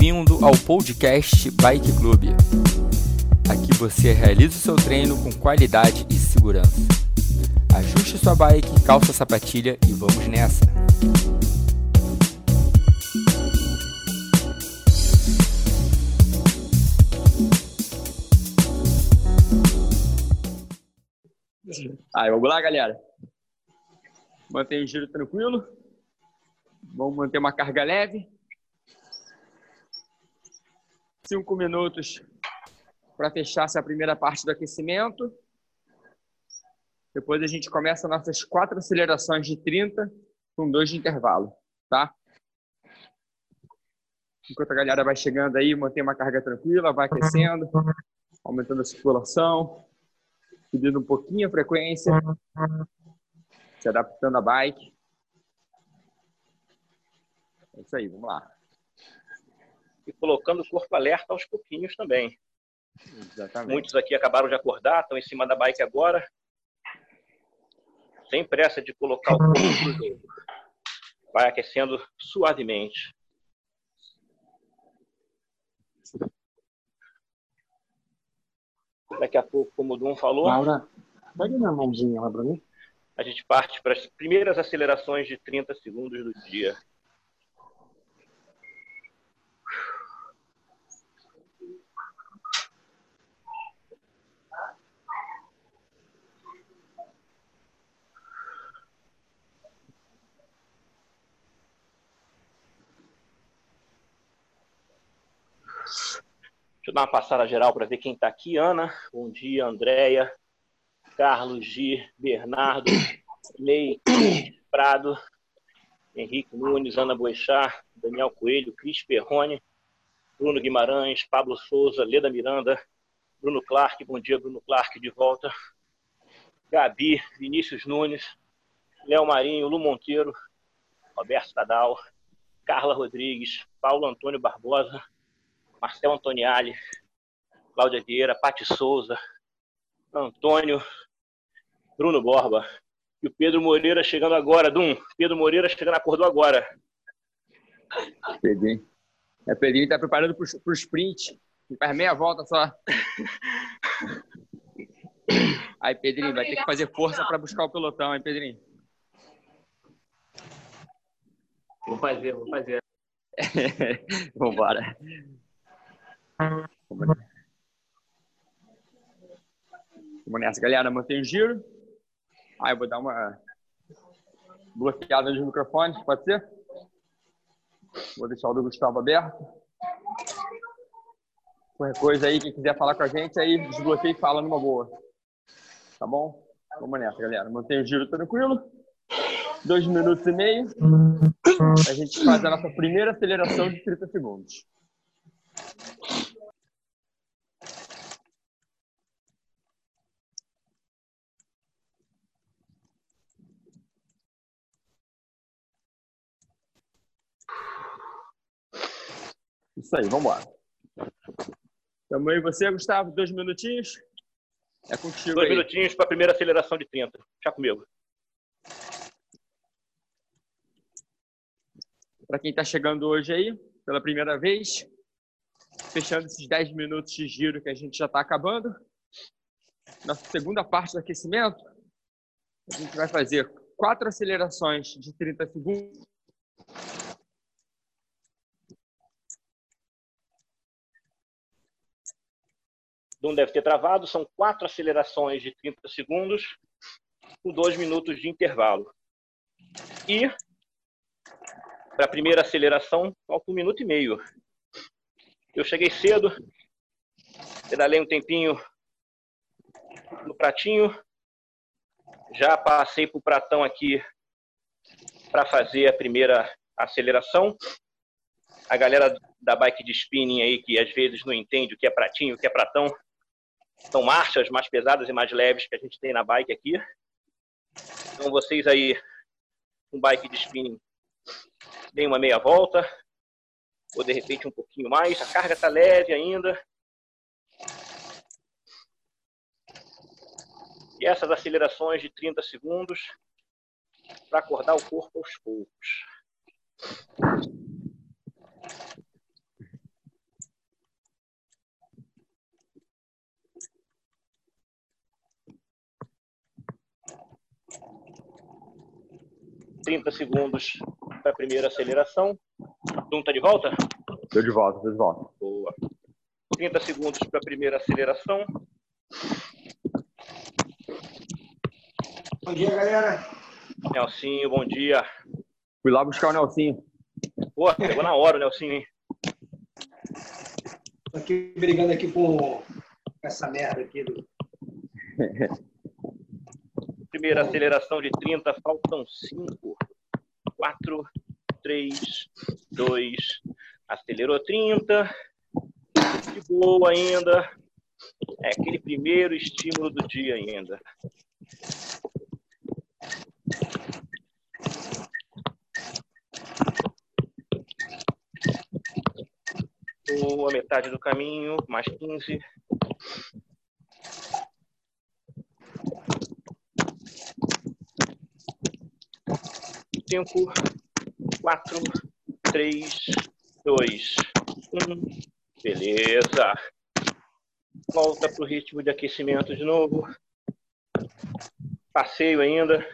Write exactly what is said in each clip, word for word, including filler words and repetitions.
Bem-vindo ao podcast Bike Club. Aqui você realiza o seu treino com qualidade e segurança. Ajuste sua bike, calça a sapatilha e vamos nessa! Aí, vamos lá, galera. Mantém o giro tranquilo. Vamos manter uma carga leve. Cinco minutos para fechar essa primeira parte do aquecimento. Depois a gente começa nossas quatro acelerações de trinta com dois de intervalo, tá? Enquanto a galera vai chegando aí, mantém uma carga tranquila, vai aquecendo, aumentando a circulação, subindo um pouquinho a frequência, se adaptando à bike. É isso aí, vamos lá. E colocando o corpo alerta aos pouquinhos também. Exatamente. Muitos aqui acabaram de acordar, estão em cima da bike agora. Sem pressa de colocar o corpo pro jogo. Vai aquecendo suavemente. Daqui a pouco, como o Dum falou, Laura, pega minha mãozinha lá para mim. A gente parte para as primeiras acelerações de trinta segundos do dia. Deixa eu dar uma passada geral para ver quem está aqui. Ana, bom dia. Andréia, Carlos, Gi, Bernardo, Lei, Prado, Henrique Nunes, Ana Boechat, Daniel Coelho, Cris Perrone, Bruno Guimarães, Pablo Souza, Leda Miranda, Bruno Clark, bom dia, Bruno Clark de volta, Gabi, Vinícius Nunes, Léo Marinho, Lu Monteiro, Roberto Tadal, Carla Rodrigues, Paulo Antônio Barbosa, Marcel Antoniali, Cláudia Vieira, Pati Souza, Antônio, Bruno Borba e o Pedro Moreira chegando agora. Dum, Pedro Moreira chegando, acordou agora. Pedrinho. É, Pedrinho tá preparando pro, pro sprint. Faz meia volta só. Aí, Pedrinho, vai ter que fazer força para buscar o pelotão, hein, Pedrinho? Vou fazer, vou fazer. Vambora. Vamos nessa, galera. Mantém o giro. Aí eu vou dar uma bloqueada nos microfones, pode ser? Vou deixar o do Gustavo aberto. Qualquer coisa aí, quem quiser falar com a gente, aí desbloqueia e fala numa boa. Tá bom? Vamos nessa, galera. Mantém o giro tranquilo. Dois minutos e meio. A gente faz a nossa primeira aceleração de trinta segundos. Isso aí, vamos embora. Também você, Gustavo, dois minutinhos. É contigo Dois aí. minutinhos para a primeira aceleração de trinta. Já comigo. Para quem está chegando hoje aí, pela primeira vez, fechando esses dez minutos de giro que a gente já está acabando. Nossa segunda parte do aquecimento, a gente vai fazer quatro acelerações de trinta segundos. Não deve ter travado, são quatro acelerações de trinta segundos com dois minutos de intervalo. E para a primeira aceleração, falta um minuto e meio. Eu cheguei cedo, pedalei um tempinho no pratinho, já passei para o pratão aqui para fazer a primeira aceleração. A galera da bike de spinning aí, que às vezes não entende o que é pratinho, o que é pratão, são marchas mais pesadas e mais leves que a gente tem na bike aqui. Então vocês aí, com bike de spinning, deem uma meia volta, ou de repente um pouquinho mais. A carga está leve ainda. E essas acelerações de trinta segundos para acordar o corpo aos poucos. trinta segundos para a primeira aceleração. Dum está de volta? Estou de volta, estou de volta. Boa. trinta segundos para a primeira aceleração. Bom dia, galera. Nelsinho, bom dia. Fui lá buscar o Nelsinho. Pô, pegou na hora o Nelsinho, hein? Tô aqui brigando aqui com essa merda aqui do... Primeira aceleração de trinta, faltam cinco, quatro, três, dois, acelerou trinta, de boa ainda, é aquele primeiro estímulo do dia ainda. Boa, metade do caminho, mais quinze. Cinco, quatro, três, dois, um. Beleza. Volta para o ritmo de aquecimento de novo. Passeio ainda.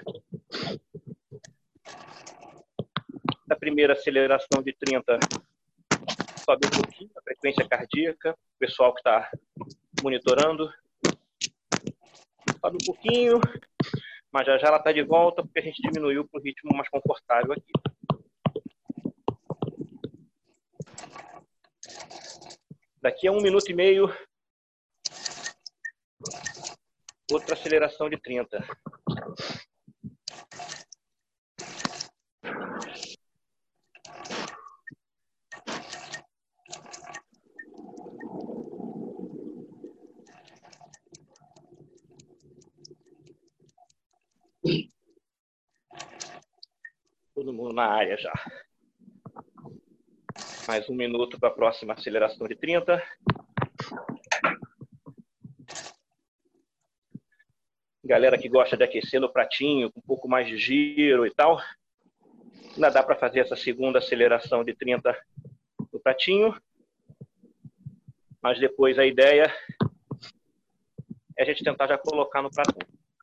Da primeira aceleração de trinta, sobe um pouquinho a frequência cardíaca. O pessoal que está monitorando. Sobe um pouquinho. Mas já já ela está de volta porque a gente diminuiu para o ritmo mais confortável aqui. Daqui a um minuto e meio, outra aceleração de trinta. Todo mundo na área já. Mais um minuto para a próxima aceleração de trinta. Galera que gosta de aquecer no pratinho, com um pouco mais de giro e tal, ainda dá para fazer essa segunda aceleração de trinta no pratinho. Mas depois a ideia é a gente tentar já colocar no pratão.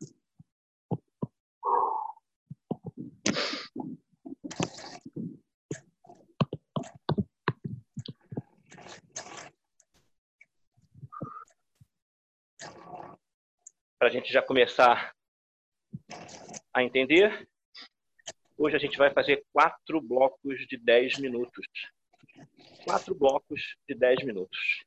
Para a gente já começar a entender, hoje a gente vai fazer quatro blocos de dez minutos. Quatro blocos de dez minutos.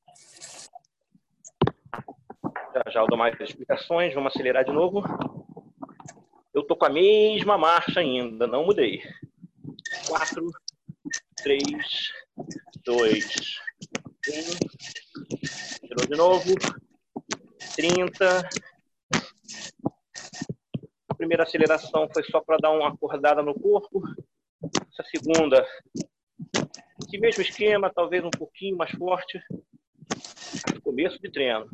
Já já eu dou mais explicações, vamos acelerar de novo. Eu estou com a mesma marcha ainda, não mudei. Quatro, três, dois, um. Tirou de novo. trinta. A primeira aceleração foi só para dar uma acordada no corpo. Essa segunda, esse mesmo esquema, talvez um pouquinho mais forte. Começo de treino.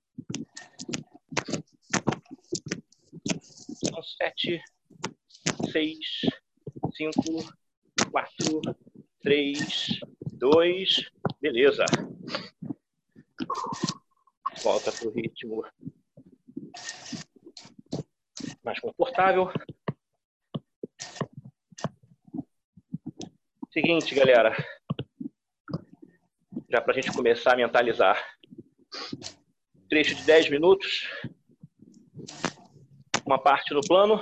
São sete, seis, cinco, quatro, três, dois. Beleza. Volta para o ritmo mais confortável. Seguinte, galera. Já para a gente começar a mentalizar. Trecho de dez minutos. Uma parte no plano.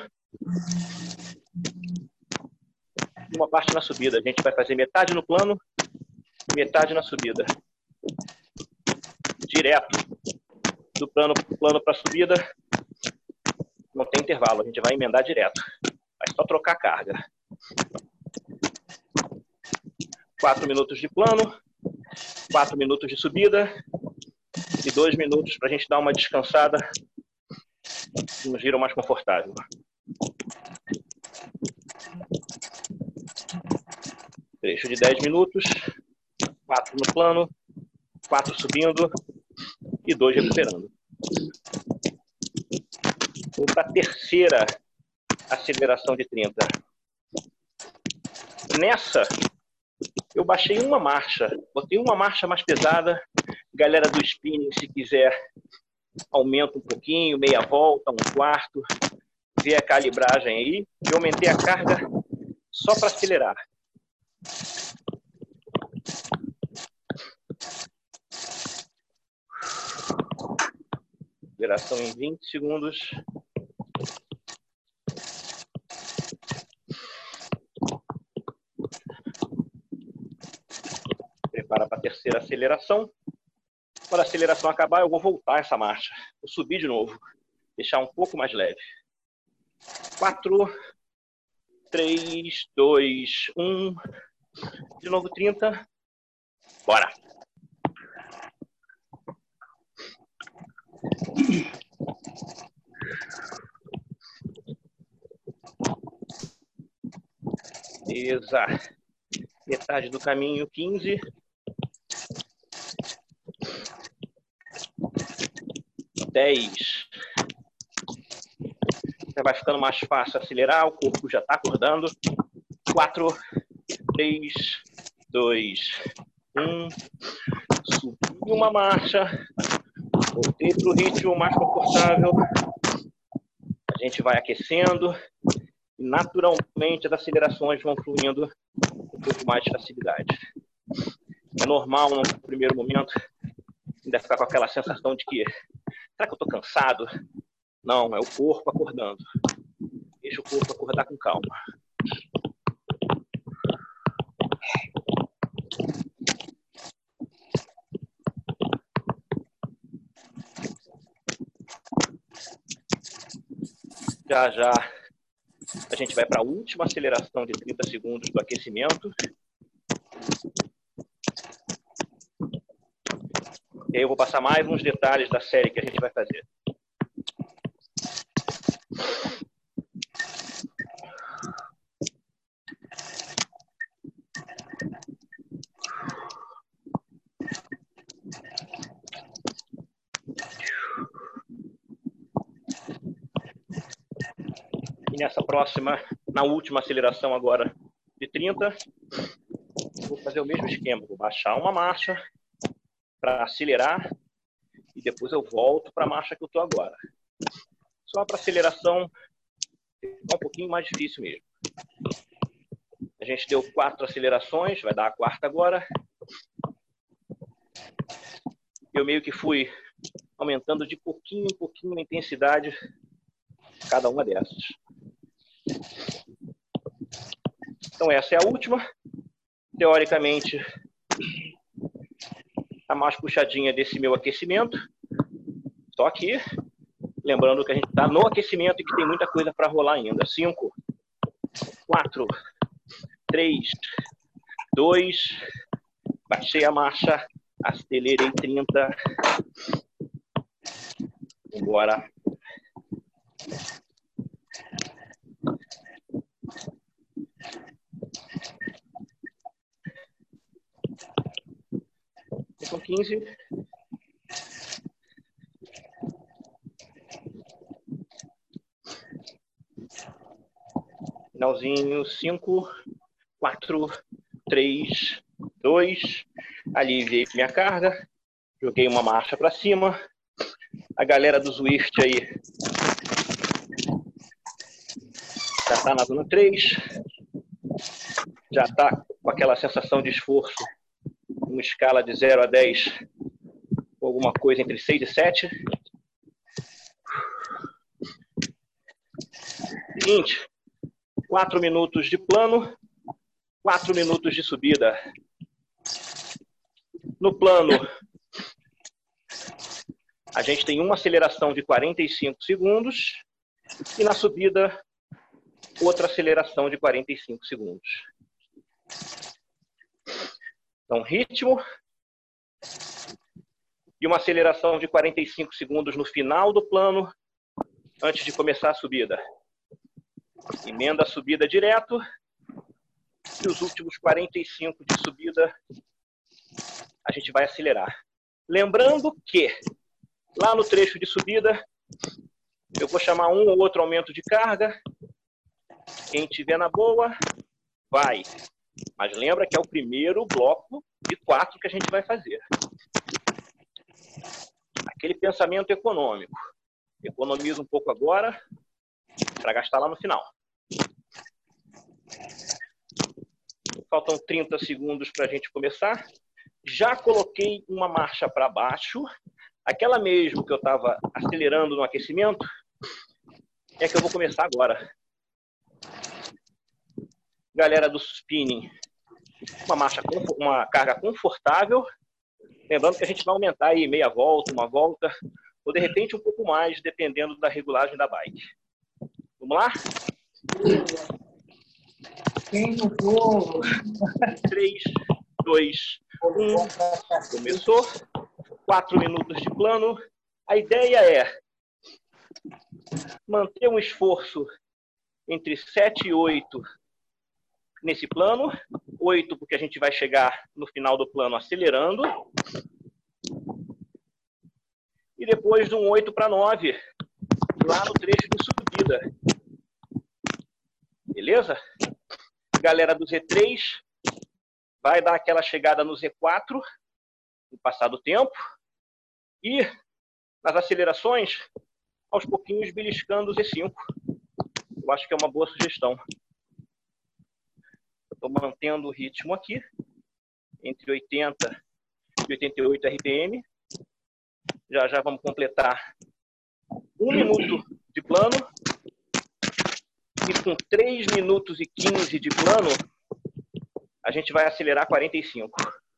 E uma parte na subida. A gente vai fazer metade no plano e metade na subida. Direto. Do plano para o plano para a subida, não tem intervalo, a gente vai emendar direto. Vai só trocar a carga. Quatro minutos de plano, quatro minutos de subida e dois minutos para a gente dar uma descansada e um giro mais confortável. Trecho de dez minutos, quatro no plano, quatro subindo e dois recuperando. Vamos para a terceira aceleração de trinta. Nessa, eu baixei uma marcha. Botei uma marcha mais pesada. Galera do spinning, se quiser, aumenta um pouquinho, meia volta, um quarto. ver a calibragem aí. Eu aumentei a carga só para acelerar. Aceleração em vinte segundos. Prepara para a terceira aceleração. Quando a aceleração acabar, eu vou voltar essa marcha. Vou subir de novo. Deixar um pouco mais leve. quatro, três, dois, um. De novo trinta. Bora! Beleza. Metade do caminho, quinze. dez. Já vai ficando mais fácil acelerar, o corpo já está acordando. quatro, três, dois, um. Subi uma marcha. Voltei para o ritmo mais confortável. A gente vai aquecendo. E naturalmente as acelerações vão fluindo com um pouco mais de facilidade. É normal no primeiro momento ainda ficar com aquela sensação de que será que eu estou cansado? Não, é o corpo acordando. Deixa o corpo acordar com calma. Já, já, a gente vai para a última aceleração de trinta segundos do aquecimento. E aí eu vou passar mais uns detalhes da série que a gente vai fazer. E nessa próxima, na última aceleração agora de trinta, vou fazer o mesmo esquema. Vou baixar uma marcha para acelerar e depois eu volto para a marcha que eu estou agora. Só para aceleração ficar um pouquinho mais difícil mesmo. A gente deu quatro acelerações, vai dar a quarta agora. Eu meio que fui aumentando de pouquinho em pouquinho a intensidade de cada uma dessas. Então essa é a última. Teoricamente, a mais puxadinha desse meu aquecimento. Só que, lembrando que a gente está no aquecimento e que tem muita coisa para rolar ainda. cinco, quatro, três, dois, baixei a marcha, acelerei trinta. Vambora. São quinze. Finalzinho, cinco, quatro, três, dois. Aliviei minha carga. Joguei uma marcha para cima. A galera do Zwift aí já está na zona três. Já está com aquela sensação de esforço. Uma escala de zero a dez, alguma coisa entre seis e sete. Seguinte, quatro minutos de plano, quatro minutos de subida. No plano, a gente tem uma aceleração de quarenta e cinco segundos e na subida, outra aceleração de quarenta e cinco segundos. Então, ritmo e uma aceleração de quarenta e cinco segundos no final do plano, antes de começar a subida. Emenda a subida direto e os últimos quarenta e cinco de subida a gente vai acelerar. Lembrando que lá no trecho de subida eu vou chamar um ou outro aumento de carga. Quem tiver na boa, vai. Mas lembra que é o primeiro bloco de quatro que a gente vai fazer. Aquele pensamento econômico. Economiza um pouco agora, para gastar lá no final. Faltam trinta segundos para a gente começar. Já coloquei uma marcha para baixo. Aquela mesmo que eu estava acelerando no aquecimento é que eu vou começar agora. Galera do spinning, uma marcha, uma carga confortável. Lembrando que a gente vai aumentar aí meia volta, uma volta, ou de repente um pouco mais, dependendo da regulagem da bike. Vamos lá? Quem não for... três, dois, um. Começou. quatro minutos de plano. A ideia é manter um esforço entre sete e oito nesse plano. oito porque a gente vai chegar no final do plano acelerando. E depois de um oito para nove, lá no trecho de subida. Beleza? Galera do Z três, vai dar aquela chegada no Z quatro, no passar do tempo. E nas acelerações, aos pouquinhos beliscando o Z cinco. Eu acho que é uma boa sugestão. Estou mantendo o ritmo aqui, entre oitenta e oitenta e oito R P M. Já já vamos completar um minuto de plano. E com três minutos e quinze de plano, a gente vai acelerar quarenta e cinco.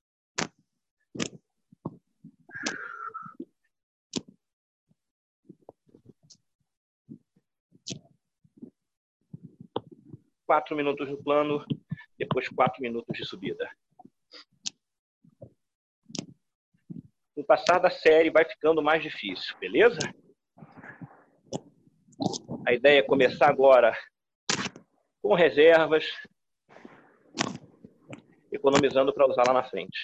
Quatro minutos no plano, depois quatro minutos de subida. Com o passar da série vai ficando mais difícil, beleza? A ideia é começar agora com reservas, economizando para usar lá na frente.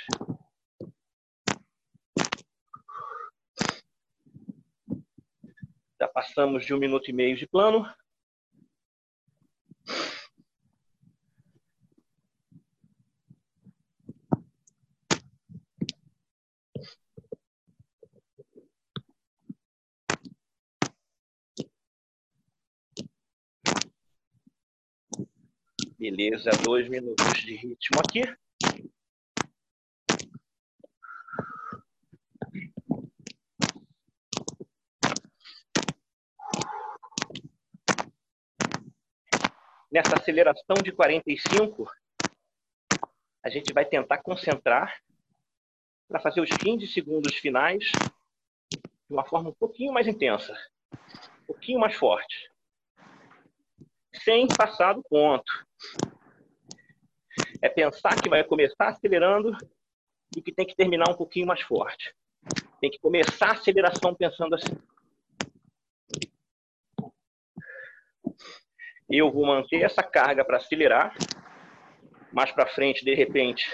Já passamos de um minuto e meio de plano. Beleza, dois minutos de ritmo aqui. Nessa aceleração de quarenta e cinco, a gente vai tentar concentrar para fazer os quinze segundos finais de uma forma um pouquinho mais intensa, um pouquinho mais forte, sem passar do ponto. É pensar que vai começar acelerando e que tem que terminar um pouquinho mais forte. Tem que começar a aceleração pensando assim. Eu vou manter essa carga para acelerar. Mais para frente, de repente,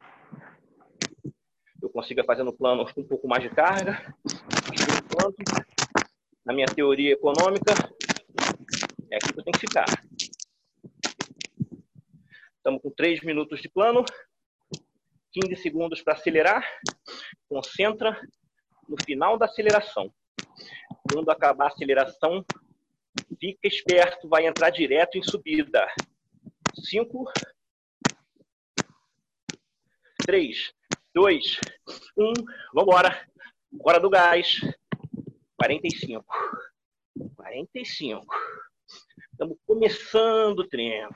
eu consiga fazer no plano um pouco mais de carga. Enquanto, na minha teoria econômica, é aqui que eu tenho que ficar. Estamos com três minutos de plano, quinze segundos para acelerar. Concentra no final da aceleração. Quando acabar a aceleração, fica esperto, vai entrar direto em subida. cinco, três, dois, um, vamos embora. Hora do gás. quarenta e cinco. quarenta e cinco. Estamos começando o treino.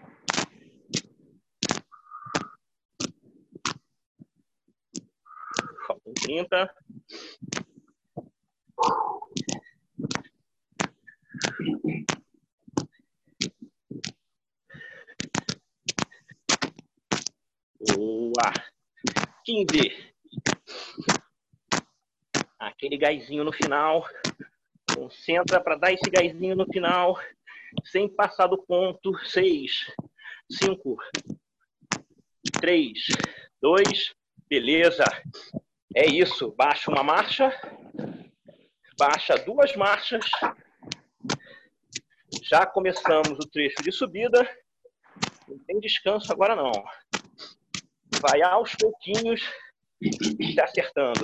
Faltam trinta. Boa. quinze. Aquele gásinho no final. Concentra para dar esse gásinho no final, sem passar do ponto. seis, cinco, três, dois, beleza. É isso. Baixa uma marcha. Baixa duas marchas. Já começamos o trecho de subida. Não tem descanso agora não. Vai aos pouquinhos se acertando.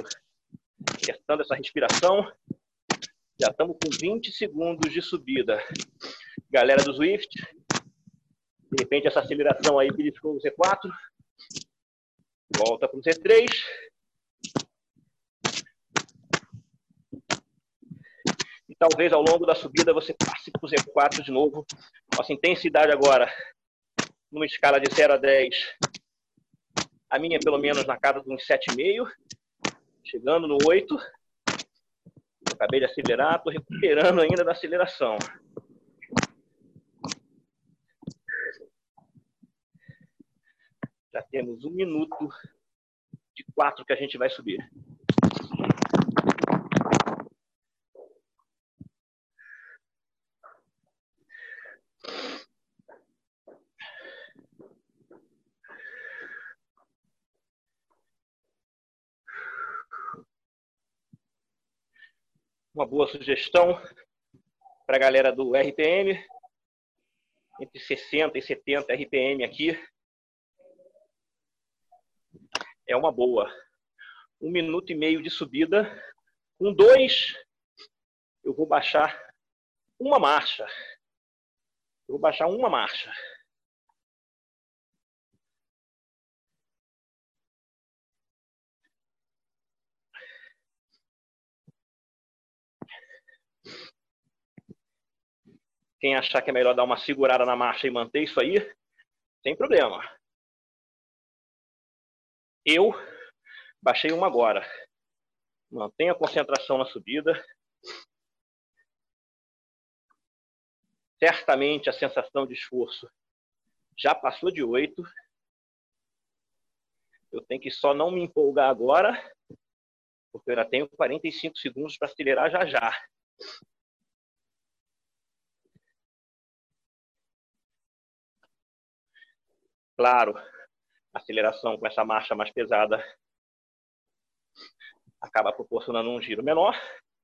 Acertando essa respiração. Já estamos com vinte segundos de subida. Galera do Zwift, de repente essa aceleração aí beliscou o Z quatro. Volta para o Z três. E talvez ao longo da subida você passe para o Z quatro de novo. Nossa intensidade agora, numa escala de zero a dez, a minha pelo menos na casa de uns sete vírgula cinco. Chegando no oito. Acabei de acelerar, estou recuperando ainda da aceleração. Já temos um minuto de quatro que a gente vai subir. Uma boa sugestão para a galera do R P M, entre sessenta e setenta R P M aqui, é uma boa. Um minuto e meio de subida, com dois, eu vou baixar uma marcha. Eu vou baixar uma marcha. Quem achar que é melhor dar uma segurada na marcha e manter isso aí, sem problema. Eu baixei uma agora. Mantenha a concentração na subida. Certamente a sensação de esforço já passou de oito. Eu tenho que só não me empolgar agora, porque eu ainda tenho quarenta e cinco segundos para acelerar já já. Claro, a aceleração com essa marcha mais pesada acaba proporcionando um giro menor.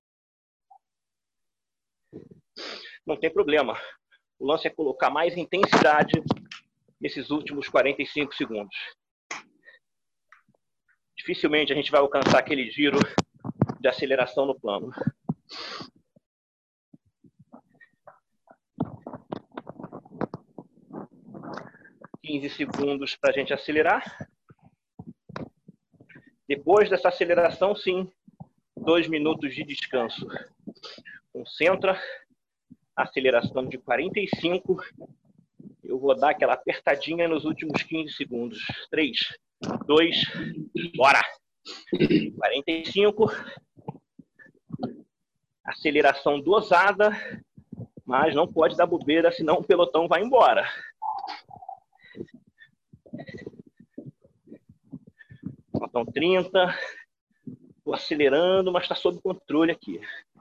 Não tem problema. O lance é colocar mais intensidade nesses últimos quarenta e cinco segundos. Dificilmente a gente vai alcançar aquele giro de aceleração no plano. quinze segundos para a gente acelerar. Depois dessa aceleração, sim, dois minutos de descanso. Concentra. Aceleração de quarenta e cinco. Eu vou dar aquela apertadinha nos últimos quinze segundos. três, dois, bora! quarenta e cinco. Aceleração dosada, mas não pode dar bobeira, senão o pelotão vai embora. Faltam trinta. Estou acelerando, mas está sob controle aqui.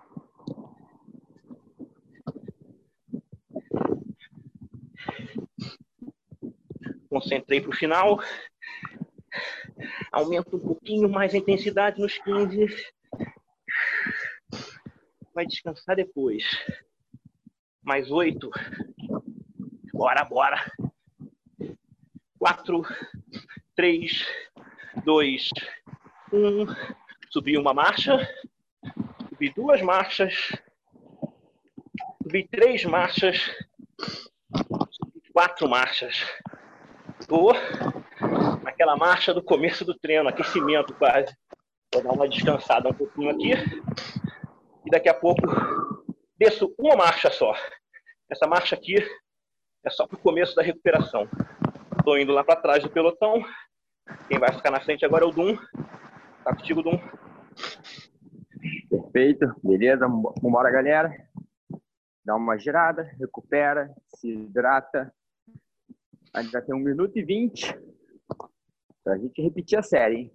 Concentrei para o final. Aumento um pouquinho mais a intensidade nos quinze. Vai descansar depois. Mais oito. Bora, bora. Quatro, três, dois, um. Subi uma marcha. Subi duas marchas. Subi três marchas. Subi quatro marchas. Estou naquela marcha do começo do treino, aquecimento quase. Vou dar uma descansada um pouquinho aqui. E daqui a pouco desço uma marcha só. Essa marcha aqui é só para o começo da recuperação. Estou indo lá para trás do pelotão. Quem vai ficar na frente agora é o Dum. Tá contigo, Dum. Perfeito, beleza? Vambora, galera. Dá uma girada, recupera, se hidrata. A gente já tem um minuto e vinte para a gente repetir a série, hein?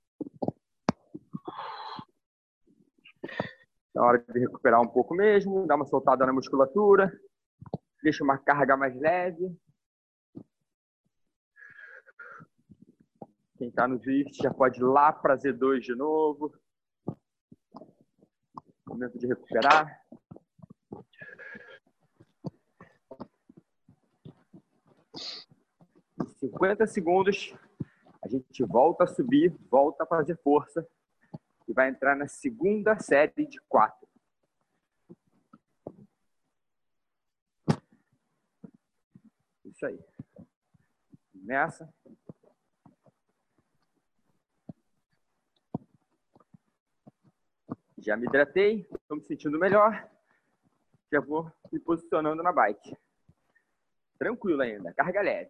É hora de recuperar um pouco mesmo, dar uma soltada na musculatura, deixa uma carga mais leve. Quem está no Zwift já pode ir lá para Z dois de novo. Momento de recuperar. cinquenta segundos, a gente volta a subir, volta a fazer força e vai entrar na segunda série de quatro. Isso aí. Nessa. Já me hidratei, estou me sentindo melhor. Já vou me posicionando na bike. Tranquilo ainda, carga leve.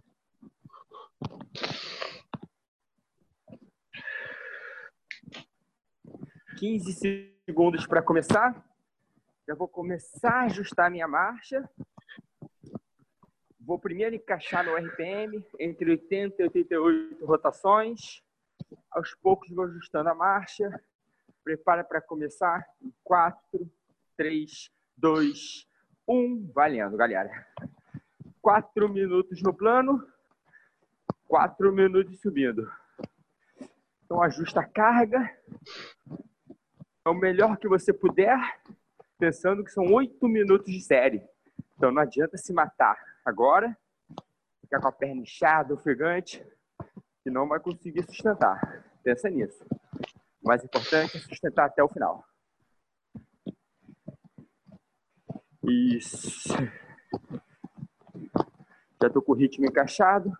quinze segundos para começar. Já vou começar a ajustar a minha marcha. Vou primeiro encaixar meu R P M entre oitenta e oitenta e oito rotações. Aos poucos vou ajustando a marcha. Prepara para começar em quatro, três, dois, um. Valendo, galera. quatro minutos no plano. quatro minutos subindo. Então, ajusta a carga. É o melhor que você puder, pensando que são oito minutos de série. Então, não adianta se matar agora, ficar com a perna inchada, ofegante, que não vai conseguir sustentar. Pensa nisso. O mais importante é sustentar até o final. Isso. Já estou com o ritmo encaixado.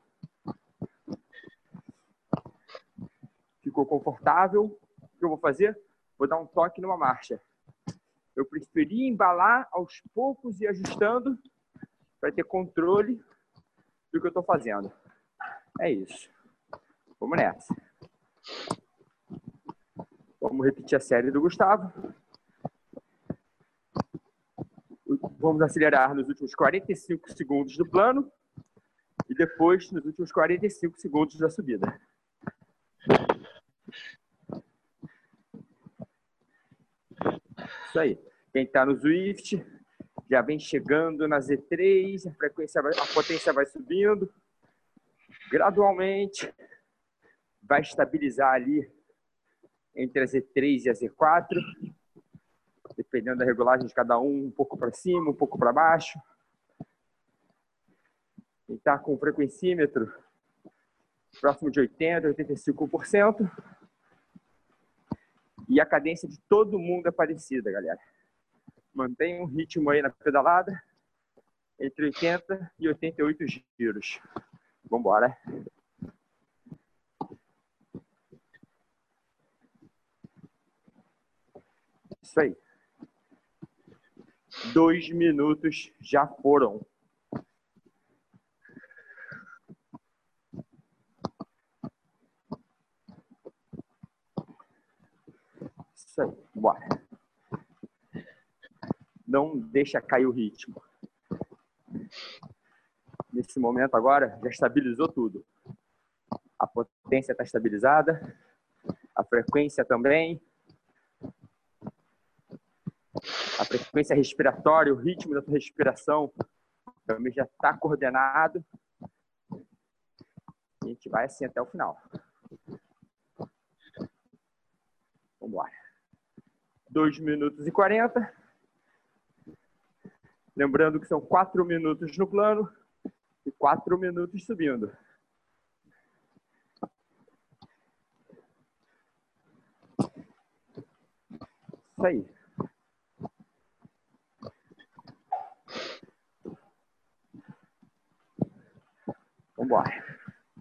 Ficou confortável. O que eu vou fazer? Vou dar um toque numa marcha. Eu preferi embalar aos poucos e ajustando para ter controle do que eu estou fazendo. É isso. Vamos nessa. Vamos repetir a série do Gustavo. Vamos acelerar nos últimos quarenta e cinco segundos do plano e depois nos últimos quarenta e cinco segundos da subida. Isso aí. Quem está no Zwift já vem chegando na Z três, a frequência, vai, a potência vai subindo gradualmente, vai estabilizar ali entre a Z três e a Z quatro, dependendo da regulagem de cada um, um pouco para cima, um pouco para baixo. Quem está com o frequencímetro próximo de oitenta, oitenta e cinco por cento. E a cadência de todo mundo é parecida, galera. Mantenha um ritmo aí na pedalada entre oitenta e oitenta e oito giros. Vamos embora. Isso aí. Dois minutos já foram. Isso aí. Bora. Não deixa cair o ritmo. Nesse momento agora, já estabilizou tudo. A potência está estabilizada, a frequência também, a frequência respiratória, o ritmo da tua respiração também já está coordenado. A gente vai assim até o final. Vamos embora. dois minutos e quarenta. Lembrando que são quatro minutos no plano e quatro minutos subindo. Isso aí. Vamos embora.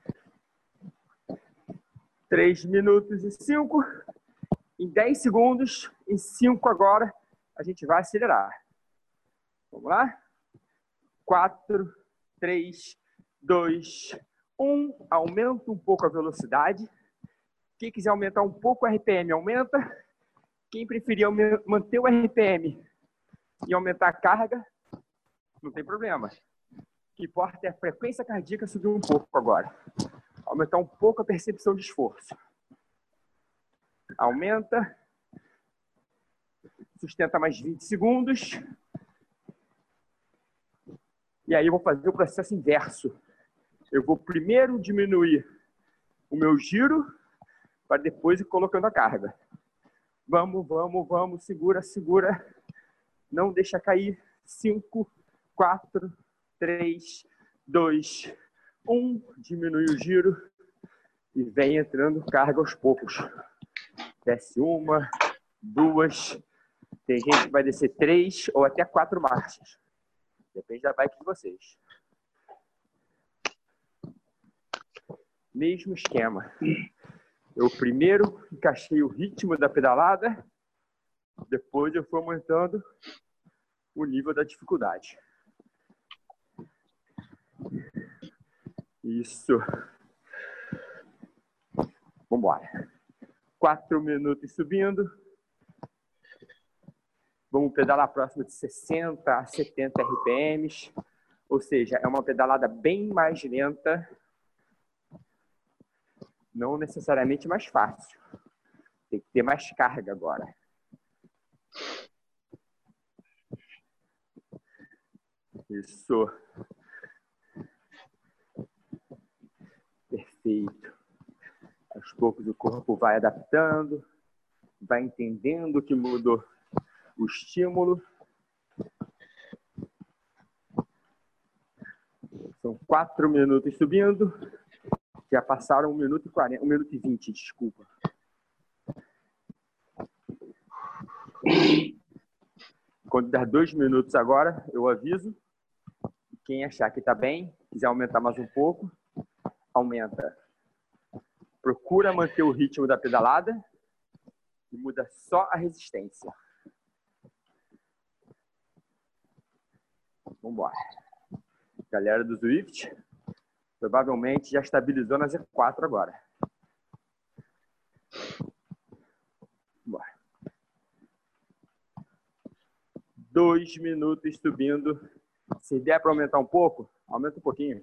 três minutos e cinco. Em dez segundos, em cinco agora, a gente vai acelerar. Vamos lá? quatro, três, dois, um. Aumenta um pouco a velocidade. Quem quiser aumentar um pouco o R P M, aumenta. Quem preferir manter o R P M e aumentar a carga, não tem problema. O que importa é a frequência cardíaca subir um pouco agora. Aumentar um pouco a percepção de esforço. Aumenta. Sustenta mais vinte segundos. E aí eu vou fazer o processo inverso. Eu vou primeiro diminuir o meu giro para depois ir colocando a carga. Vamos, vamos, vamos. Segura, segura. Não deixa cair. cinco, quatro, três, dois, um. Diminui o giro e vem entrando carga aos poucos. Desce uma, duas. Tem gente que vai descer três ou até quatro marchas. Depende da bike de vocês. Mesmo esquema. Eu primeiro encaixei o ritmo da pedalada, depois eu fui aumentando o nível da dificuldade. Isso. Vamos embora. Quatro minutos subindo. Vamos pedalar próximo de sessenta a setenta R P Ms. Ou seja, é uma pedalada bem mais lenta. Não necessariamente mais fácil. Tem que ter mais carga agora. Isso. Perfeito. Aos poucos o corpo vai adaptando, vai entendendo que mudou o estímulo. São quatro minutos subindo. Já passaram um minuto e quarenta, um minuto e vinte, desculpa. Quando der dois minutos agora, eu aviso. Quem achar que está bem, quiser aumentar mais um pouco, aumenta. Procura manter o ritmo da pedalada e muda só a resistência. Vamos embora. Galera do Zwift, provavelmente já estabilizou na Z quatro agora. Bora. Dois minutos subindo. Se der para aumentar um pouco, aumenta um pouquinho.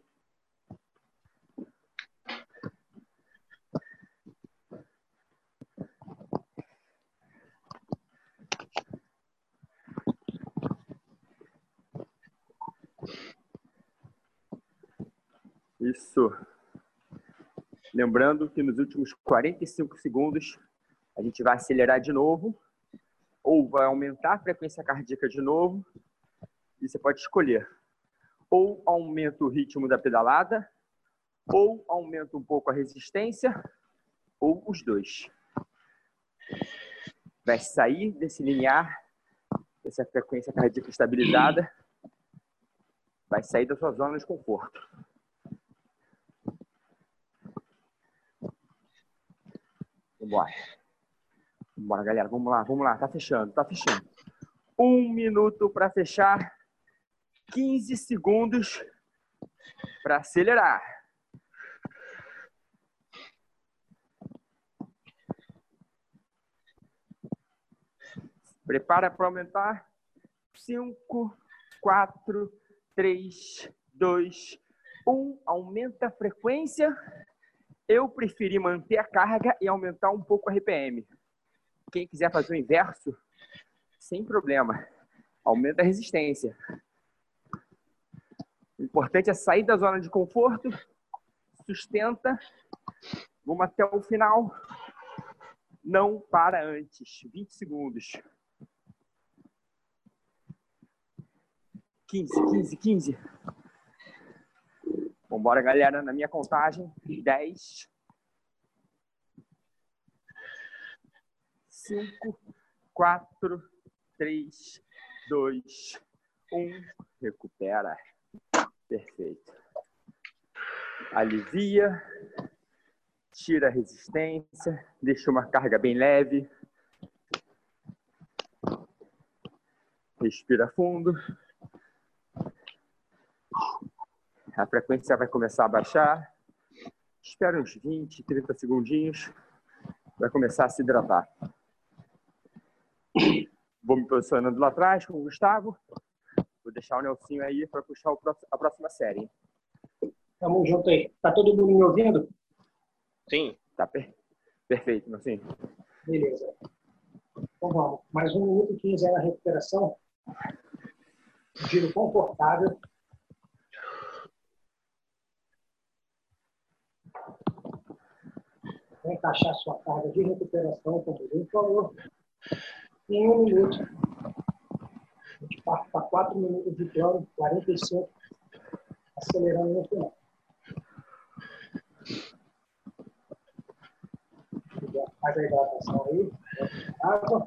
Isso. Lembrando que nos últimos quarenta e cinco segundos a gente vai acelerar de novo ou vai aumentar a frequência cardíaca de novo. E você pode escolher. Ou aumenta o ritmo da pedalada, ou aumenta um pouco a resistência, ou os dois. Vai sair desse linear, dessa frequência cardíaca estabilizada, vai sair da sua zona de conforto. Vambora. Vambora, galera. Vamos lá, vamos lá. Tá fechando, tá fechando. Um minuto para fechar. quinze segundos para acelerar. Prepara para aumentar. cinco, quatro, três, dois, um. Aumenta a frequência. Eu preferi manter a carga e aumentar um pouco a R P M. Quem quiser fazer o inverso, sem problema. Aumenta a resistência. O importante é sair da zona de conforto, sustenta, vamos até o final, não para antes, vinte segundos. quinze, quinze, quinze. Vambora, galera, na minha contagem, dez, cinco, quatro, três, dois, um, recupera. Perfeito. Alivia, tira a resistência, deixa uma carga bem leve. Respira fundo. A frequência vai começar a baixar. Espera uns vinte, trinta segundinhos. Vai começar a se hidratar. Vou me posicionando lá atrás com o Gustavo. Vou deixar o Nelsinho aí para puxar o próximo, a próxima série. Tamo junto aí. Tá todo mundo me ouvindo? Sim. Tá per... perfeito, Nelsinho. Beleza. Então vamos. Mais um minuto e quinze aí na recuperação. Giro confortável. Vou encaixar sua carga de recuperação, como por favor. Em um minuto. A gente parte para quatro minutos de plano, quarenta e cinco, acelerando no final. Faz a hidratação aí. Água.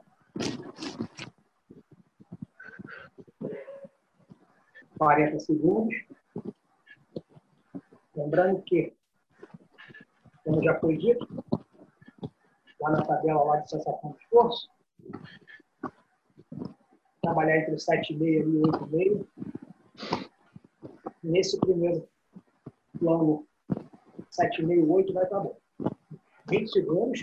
quarenta segundos. Lembrando que como já foi dito, lá na tabela lá de sensação de esforço, trabalhar entre sete vírgula cinco e oito vírgula cinco. Nesse primeiro plano, sete vírgula cinco e oito vai estar bom. vinte segundos.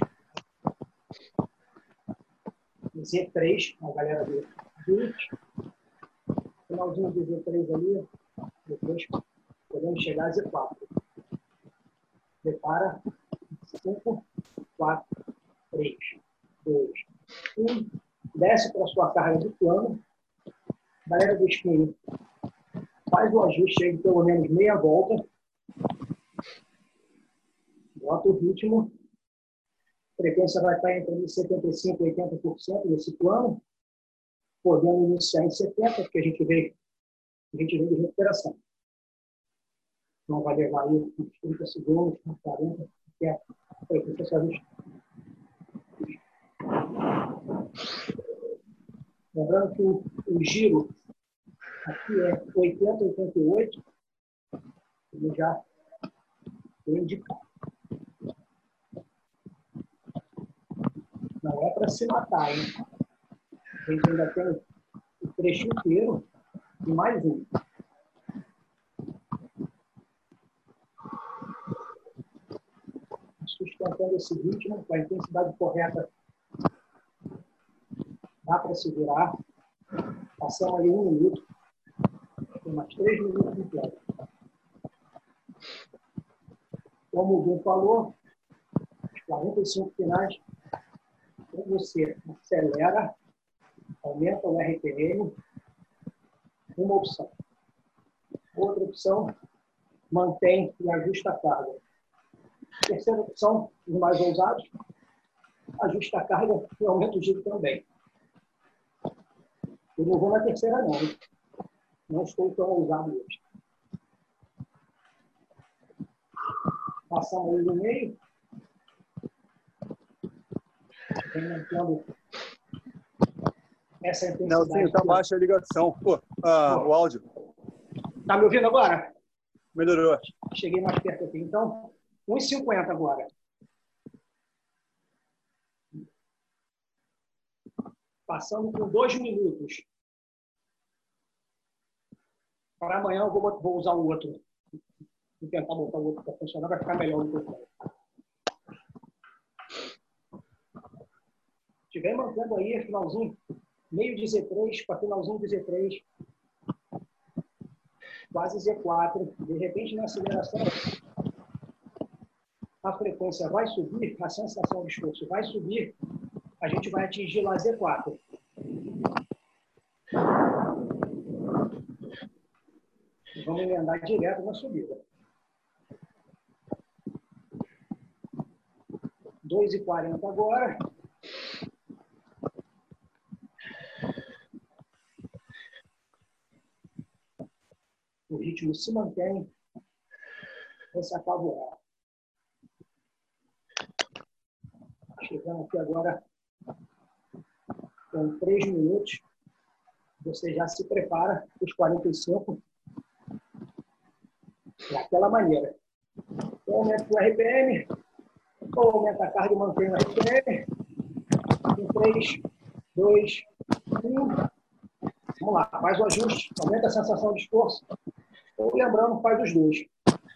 Z três, a galera do vinte. Finalzinho do Z três ali, depois podemos chegar a Z quatro. Prepara. cinco, quatro, três, dois, um. Desce para a sua carga de plano. Galera do spinning, faz o ajuste aí de pelo menos meia volta. Bota o ritmo. A frequência vai estar entre setenta e cinco por cento e oitenta por cento desse plano. Podendo iniciar em setenta por cento, porque a gente vê, a gente vê de recuperação. Então vai levar aí uns trinta segundos, uns quarenta, até a frequência se ajustar. Lembrando que o, o giro aqui é oitenta, oitenta e oito. Ele já foi indicado. Não é para se matar, hein? A gente ainda tem o trecho inteiro e mais um. Sustentando esse ritmo, com a intensidade correta, dá para segurar. Passamos ali um minuto. Tem mais três minutos de plano. Como o Gu falou, os quarenta e cinco finais, você acelera, aumenta o R P M, uma opção. Outra opção, mantém e ajusta a carga. Terceira opção, os mais ousados, ajusta a carga e aumenta o giro também. Eu não vou na terceira, não. Não estou tão ousado hoje. Passamos aí no meio. Aumentando essa intensidade. Não, sim, está baixa a ligação. Pô, ah, o áudio. Está me ouvindo agora? Melhorou. Cheguei mais perto aqui. Então, um e cinquenta agora. Passando por dois minutos. Para amanhã eu vou, vou usar o outro. Vou tentar botar o outro para funcionar, vai ficar melhor no que estiver mantendo aí, finalzinho, meio de Z três para finalzinho de Z três. Quase Z quatro. De repente, na aceleração, a frequência vai subir, a sensação de esforço vai subir, a gente vai atingir lá Z quatro. E vamos emendar direto na subida. dois e quarenta agora. O ritmo se mantém. Esse apavorar. Chegando aqui agora com três minutos. Você já se prepara para os quarenta e cinco. Daquela maneira. Ou aumenta o R P M, ou aumenta a carga e mantém o R P M. Em três, dois, um. Vamos lá, faz o ajuste, aumenta a sensação de esforço. Ou lembrando, faz os dois.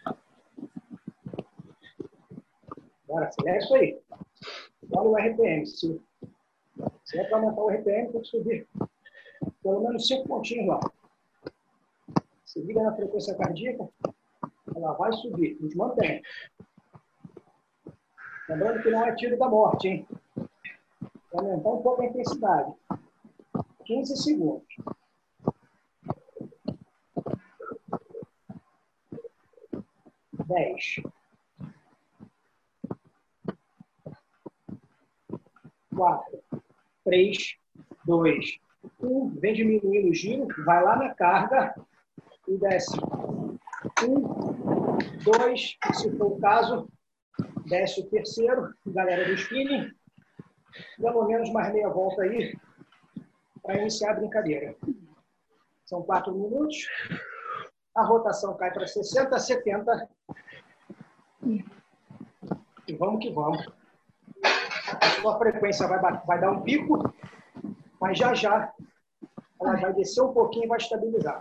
Agora, acelera isso aí. Olha o R P M. Se, se é para aumentar o R P M, tem que subir pelo menos cinco pontinhos lá. Se liga na frequência cardíaca, ela vai subir. A gente mantém. Lembrando que não é tiro da morte, hein? Vai aumentar um pouco a intensidade. quinze segundos. dez. quatro, três, dois, um. Vem diminuindo o giro, vai lá na carga e desce. um, dois, se for o caso, desce o terceiro, galera do spinning. Pelo menos mais meia volta aí para iniciar a brincadeira. São quatro minutos. A rotação cai para sessenta, setenta. vamos que vamos. A sua frequência vai, vai dar um pico, mas já já ela vai descer um pouquinho e vai estabilizar.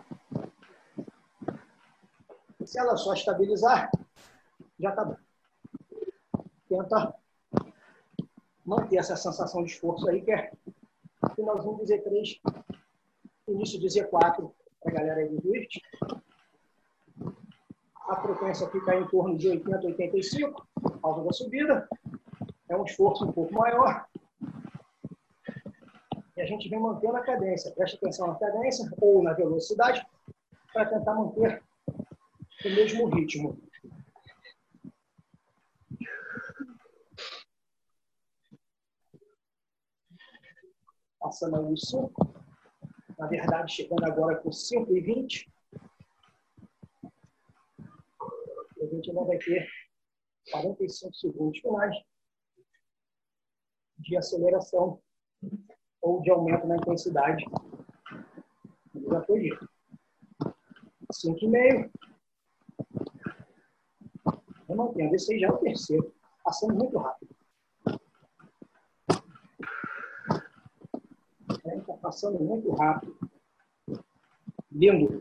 Se ela só estabilizar, já está bom. Tenta manter essa sensação de esforço aí, que é finalzinho do Z três, início do Z quatro, para a galera aí do Swift. A frequência fica em torno de oitenta, oitenta e cinco, por causa da subida. É um esforço um pouco maior. E a gente vem mantendo a cadência. Preste atenção na cadência ou na velocidade para tentar manter o mesmo ritmo. Passando aí os cinco. Na verdade, chegando agora com cinco e vinte. A gente ainda vai ter quarenta e cinco segundos finais de aceleração ou de aumento na intensidade. Já foi dito. cinco e meio. Eu não entendo. Esse aí já é o terceiro. Passando muito rápido. Está passando muito rápido. Lindo.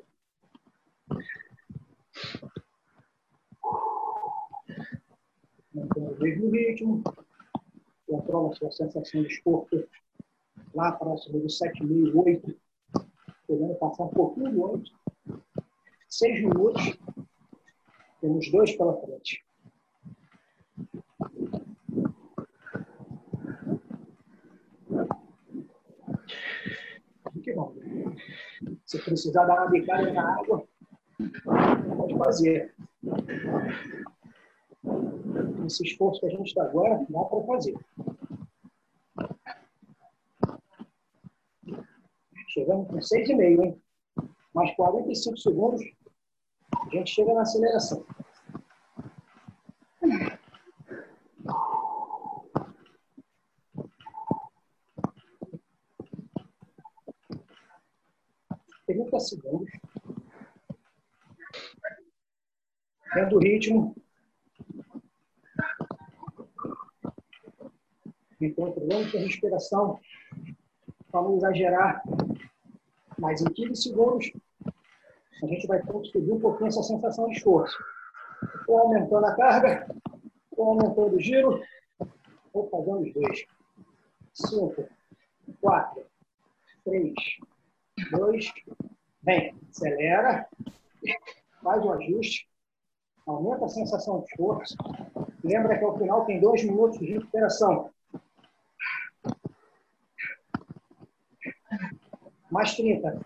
Mantendo o mesmo ritmo. Controla a sua sensação de esforço lá próximo do sete e meio, oito. Podendo passar um pouquinho do oito. seis minutos. Temos dois pela frente. Que bom. Se precisar dar uma bicada na água, pode fazer. Esse esforço que a gente está agora, dá para fazer. Chegamos com seis e meio, hein? Mais quarenta e cinco segundos, a gente chega na aceleração. trinta segundos. Dentro do ritmo. Controlando a respiração. Vamos exagerar. Mas em quinze segundos, a gente vai conseguir um pouquinho essa sensação de esforço. Ou aumentando a carga, ou aumentando o giro, ou fazendo os dois. cinco, quatro, três, dois, vem, acelera, faz o ajuste, aumenta a sensação de esforço. Lembra que ao final tem dois minutos de recuperação. Mais trinta.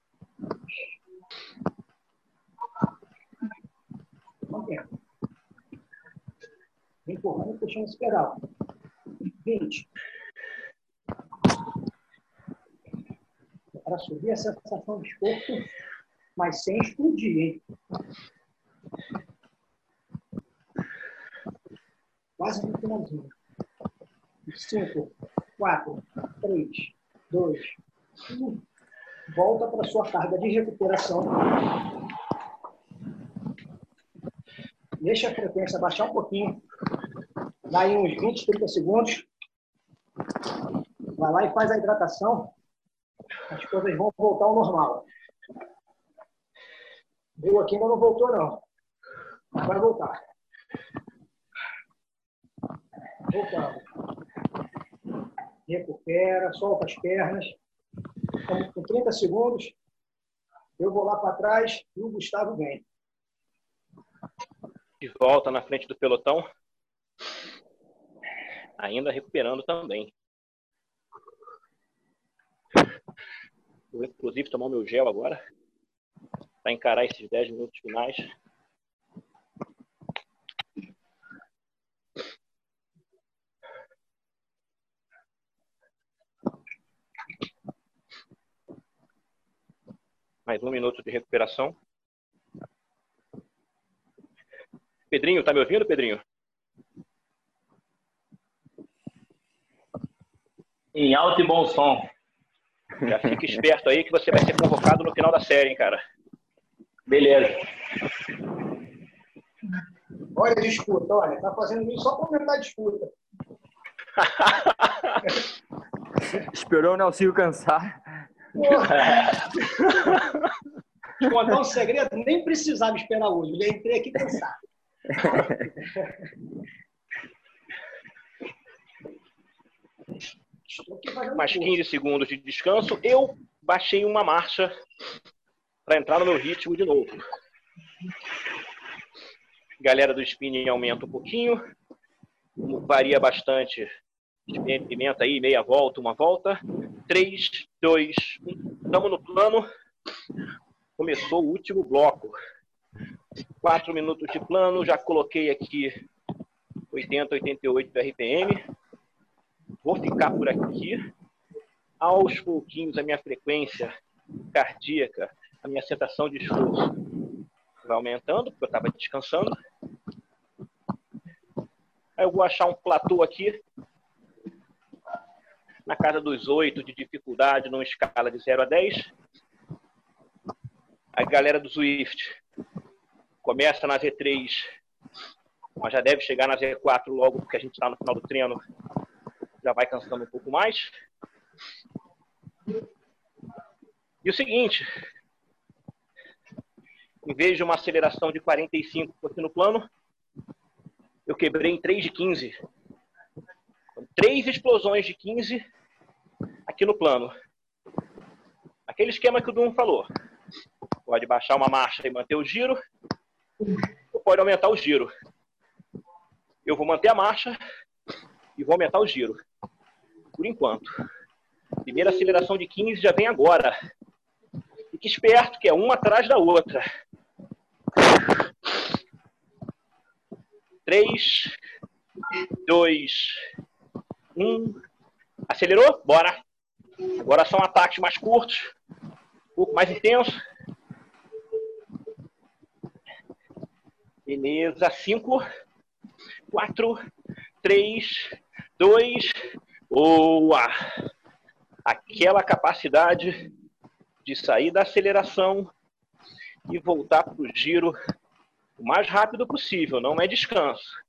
Mantendo. Empurrando e puxando esse pedal. vinte. Para subir a sensação de esforço, mas sem explodir, hein? Quase no finalzinho. cinco, quatro, três, dois, um. Volta para a sua carga de recuperação. Deixa a frequência baixar um pouquinho. Dá aí uns vinte, trinta segundos. Vai lá e faz a hidratação. As coisas vão voltar ao normal. Viu aqui ainda não voltou, não. Mas vai voltar. Voltando. Recupera, solta as pernas. Estamos com trinta segundos. Eu vou lá para trás e o Gustavo vem. De volta na frente do pelotão. Ainda recuperando também. Vou, inclusive, tomar o meu gel agora. Para encarar esses dez minutos finais. Mais um minuto de recuperação. Pedrinho, tá me ouvindo, Pedrinho? Em alto e bom som. Já fica esperto aí que você vai ser convocado no final da série, hein, cara? Beleza. Olha a disputa, olha, tá fazendo isso só para aumentar a disputa. Esperou o Nelsinho cansar. Te contar um segredo, nem precisava esperar hoje. Eu entrei aqui cansado. Mais quinze segundos de descanso. Eu baixei uma marcha para entrar no meu ritmo de novo. Galera do spinning aumenta um pouquinho. Varia bastante. Experimenta aí, meia volta, uma volta. três, dois, um. Estamos no plano. Começou o último bloco. quatro minutos de plano. Já coloquei aqui oitenta, oitenta e oito R P M. Vou ficar por aqui. Aos pouquinhos, a minha frequência cardíaca, a minha sensação de esforço vai aumentando, porque eu estava descansando. Aí eu vou achar um platô aqui, na casa dos oito de dificuldade, numa escala de zero a dez. A galera do Zwift começa na Z três, mas já deve chegar na Z quatro logo, porque a gente está no final do treino, já vai cansando um pouco mais. E o seguinte, em vez de uma aceleração de quarenta e cinco aqui no plano, eu quebrei em três de quinze. Então, três explosões de quinze aqui no plano. Aquele esquema que o Dum falou. Pode baixar uma marcha e manter o giro, ou pode aumentar o giro. Eu vou manter a marcha e vou aumentar o giro. Por enquanto. Primeira aceleração de quinze já vem agora. Fique esperto, que é uma atrás da outra. três, dois, um. Acelerou? Bora. Agora são ataques mais curtos, um pouco mais intensos. Beleza. cinco, quatro, três, dois. Boa. Aquela capacidade de sair da aceleração e voltar para o giro o mais rápido possível, não é descanso.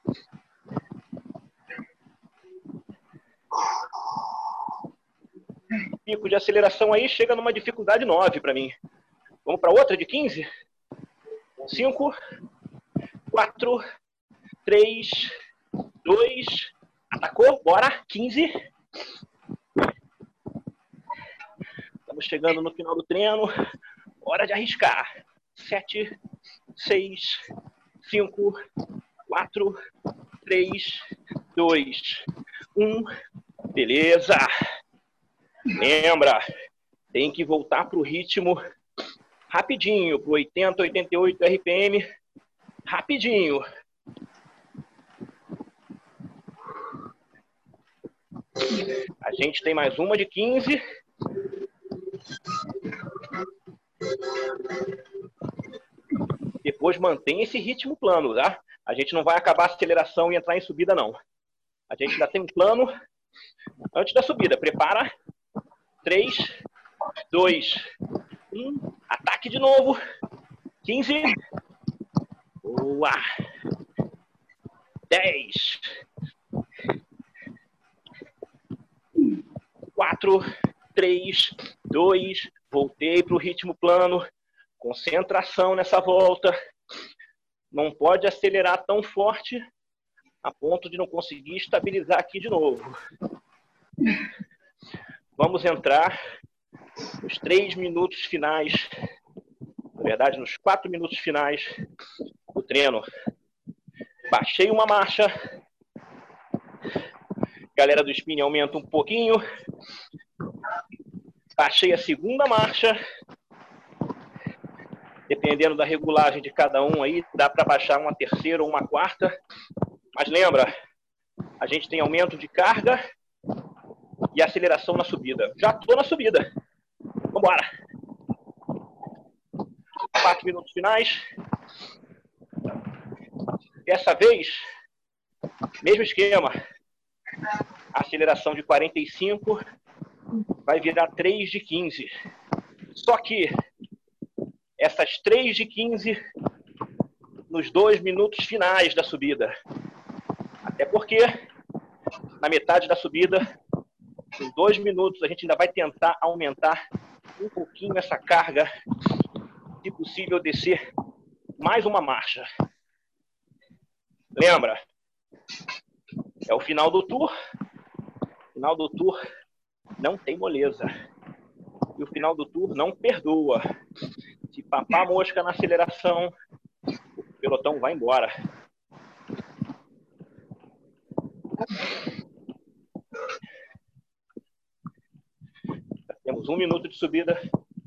Pico de aceleração aí chega numa dificuldade nove para mim. Vamos para outra de quinze? cinco, quatro, três, dois, atacou, bora, quinze. Estamos chegando no final do treino, hora de arriscar. sete, seis, cinco, quatro, três, dois, um. Beleza. Lembra, tem que voltar para o ritmo rapidinho, para o oitenta, oitenta e oito R P M, rapidinho. A gente tem mais uma de quinze. Depois mantém esse ritmo plano, tá? A gente não vai acabar a aceleração e entrar em subida, não. A gente ainda tem um plano antes da subida. Prepara. três, dois, um. Ataque de novo. quinze. Boa. dez. quatro, três, dois. Voltei para o ritmo plano. Concentração nessa volta. Não pode acelerar tão forte a ponto de não conseguir estabilizar aqui de novo. Vamos entrar nos três minutos finais, na verdade, nos quatro minutos finais do treino. Baixei uma marcha. Galera do spinning aumenta um pouquinho. Baixei a segunda marcha. Dependendo da regulagem de cada um aí, dá para baixar uma terceira ou uma quarta. Mas lembra, a gente tem aumento de carga e aceleração na subida. Já estou na subida. Vamos embora. Quatro minutos finais. Dessa vez, mesmo esquema. Aceleração de quarenta e cinco vai virar três de quinze. Só que essas três de quinze nos dois minutos finais da subida. Até porque, na metade da subida, em dois minutos, a gente ainda vai tentar aumentar um pouquinho essa carga, se possível, descer mais uma marcha. Lembra? É o final do tour. Final do tour não tem moleza. E o final do tour não perdoa. Se papar a mosca na aceleração, o pelotão vai embora. Temos um minuto de subida.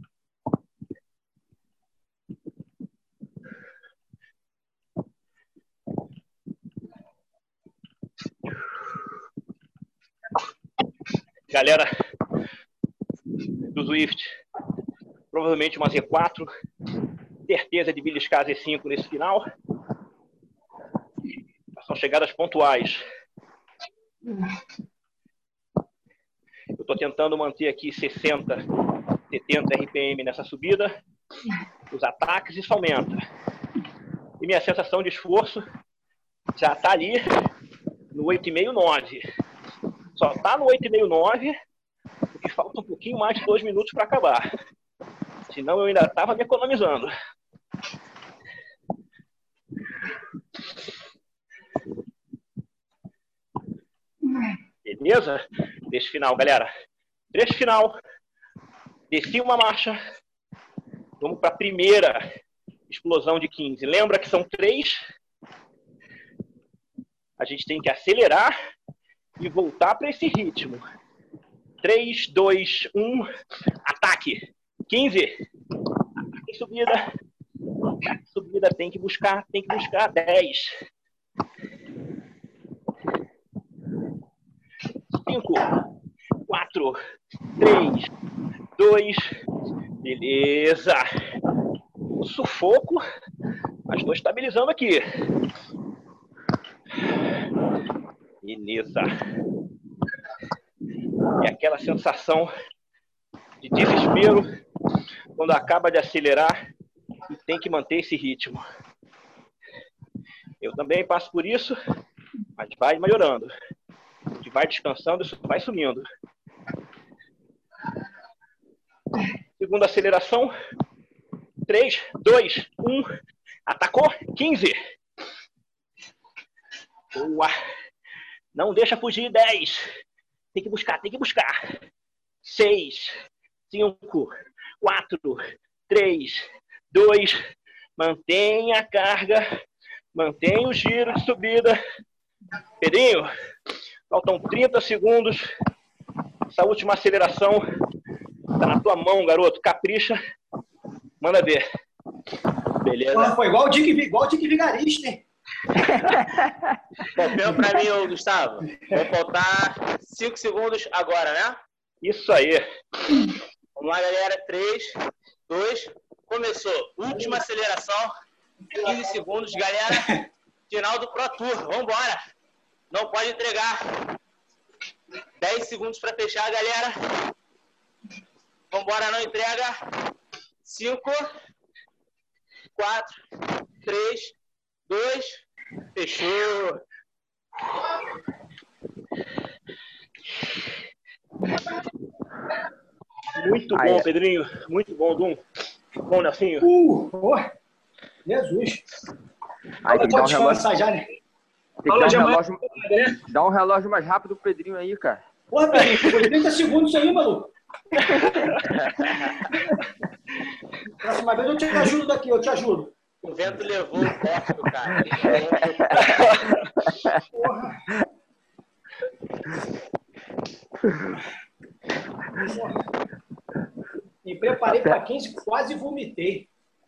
Galera do Zwift, provavelmente uma Z quatro, certeza de beliscar a Z cinco nesse final. São chegadas pontuais. Eu estou tentando manter aqui sessenta, setenta R P M nessa subida. Os ataques, isso aumenta. E minha sensação de esforço já está ali no oito e meio, nove. Só está no oito e meio, nove, porque falta um pouquinho mais de dois minutos para acabar. Senão eu ainda estava me economizando. Beleza? Desse final, galera. Trecho final. Desci uma marcha. Vamos para a primeira explosão de quinze. Lembra que são três. A gente tem que acelerar e voltar para esse ritmo. três, dois, um. Ataque. quinze. Ataque, subida. Ataque, subida. Tem que buscar. Tem que buscar. dez. cinco, quatro, três, dois. Beleza. Sufoco. Mas estou estabilizando aqui. Beleza. É aquela sensação de desespero quando acaba de acelerar e tem que manter esse ritmo. Eu também passo por isso, mas vai melhorando. A gente vai descansando, isso vai sumindo. Segunda aceleração. três, dois, um. Atacou. quinze. Boa. Não deixa fugir. dez. Tem que buscar, tem que buscar. seis, cinco, quatro, três, dois. Mantenha a carga. Mantenha o giro de subida. Pedrinho, faltam trinta segundos. Essa última aceleração tá na tua mão, garoto. Capricha. Manda ver. Beleza. Porra, foi igual o Dick, igual o Dick Vigarista, hein? Confirma pra mim, ô, Gustavo. Vou faltar cinco segundos agora, né? Isso aí. Vamos lá, galera. três, dois, começou. Última aceleração. quinze segundos, galera. Final do Pro Tour. Vambora. Não pode entregar. dez segundos para fechar, galera. Vambora, não entrega. cinco, quatro, três, dois, fechou. Muito bom, Aí. Pedrinho. Muito bom, Dum. Bom, Nelsinho. Uh, oh, Jesus. Aí tem que dar um relógio, descansar já, né? tem que dar um relógio, dá um relógio mais rápido pro Pedrinho aí, cara. Porra, Pedrinho, foi trinta segundos isso aí, maluco. Próxima vez eu te ajudo daqui, eu te ajudo. O vento levou o corpo, cara. Porra. Porra. Me preparei para quinze, quase vomitei.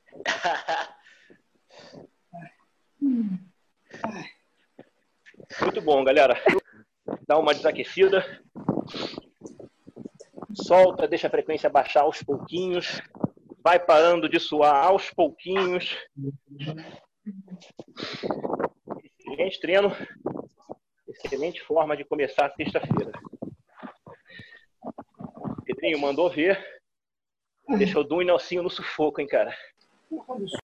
Muito bom, galera. Dá uma desaquecida. Solta, deixa a frequência baixar aos pouquinhos. Vai parando de suar aos pouquinhos. Excelente treino. Excelente forma de começar a sexta-feira. Pedrinho mandou ver. Deixou o Dum e Nelsinho no sufoco, hein, cara.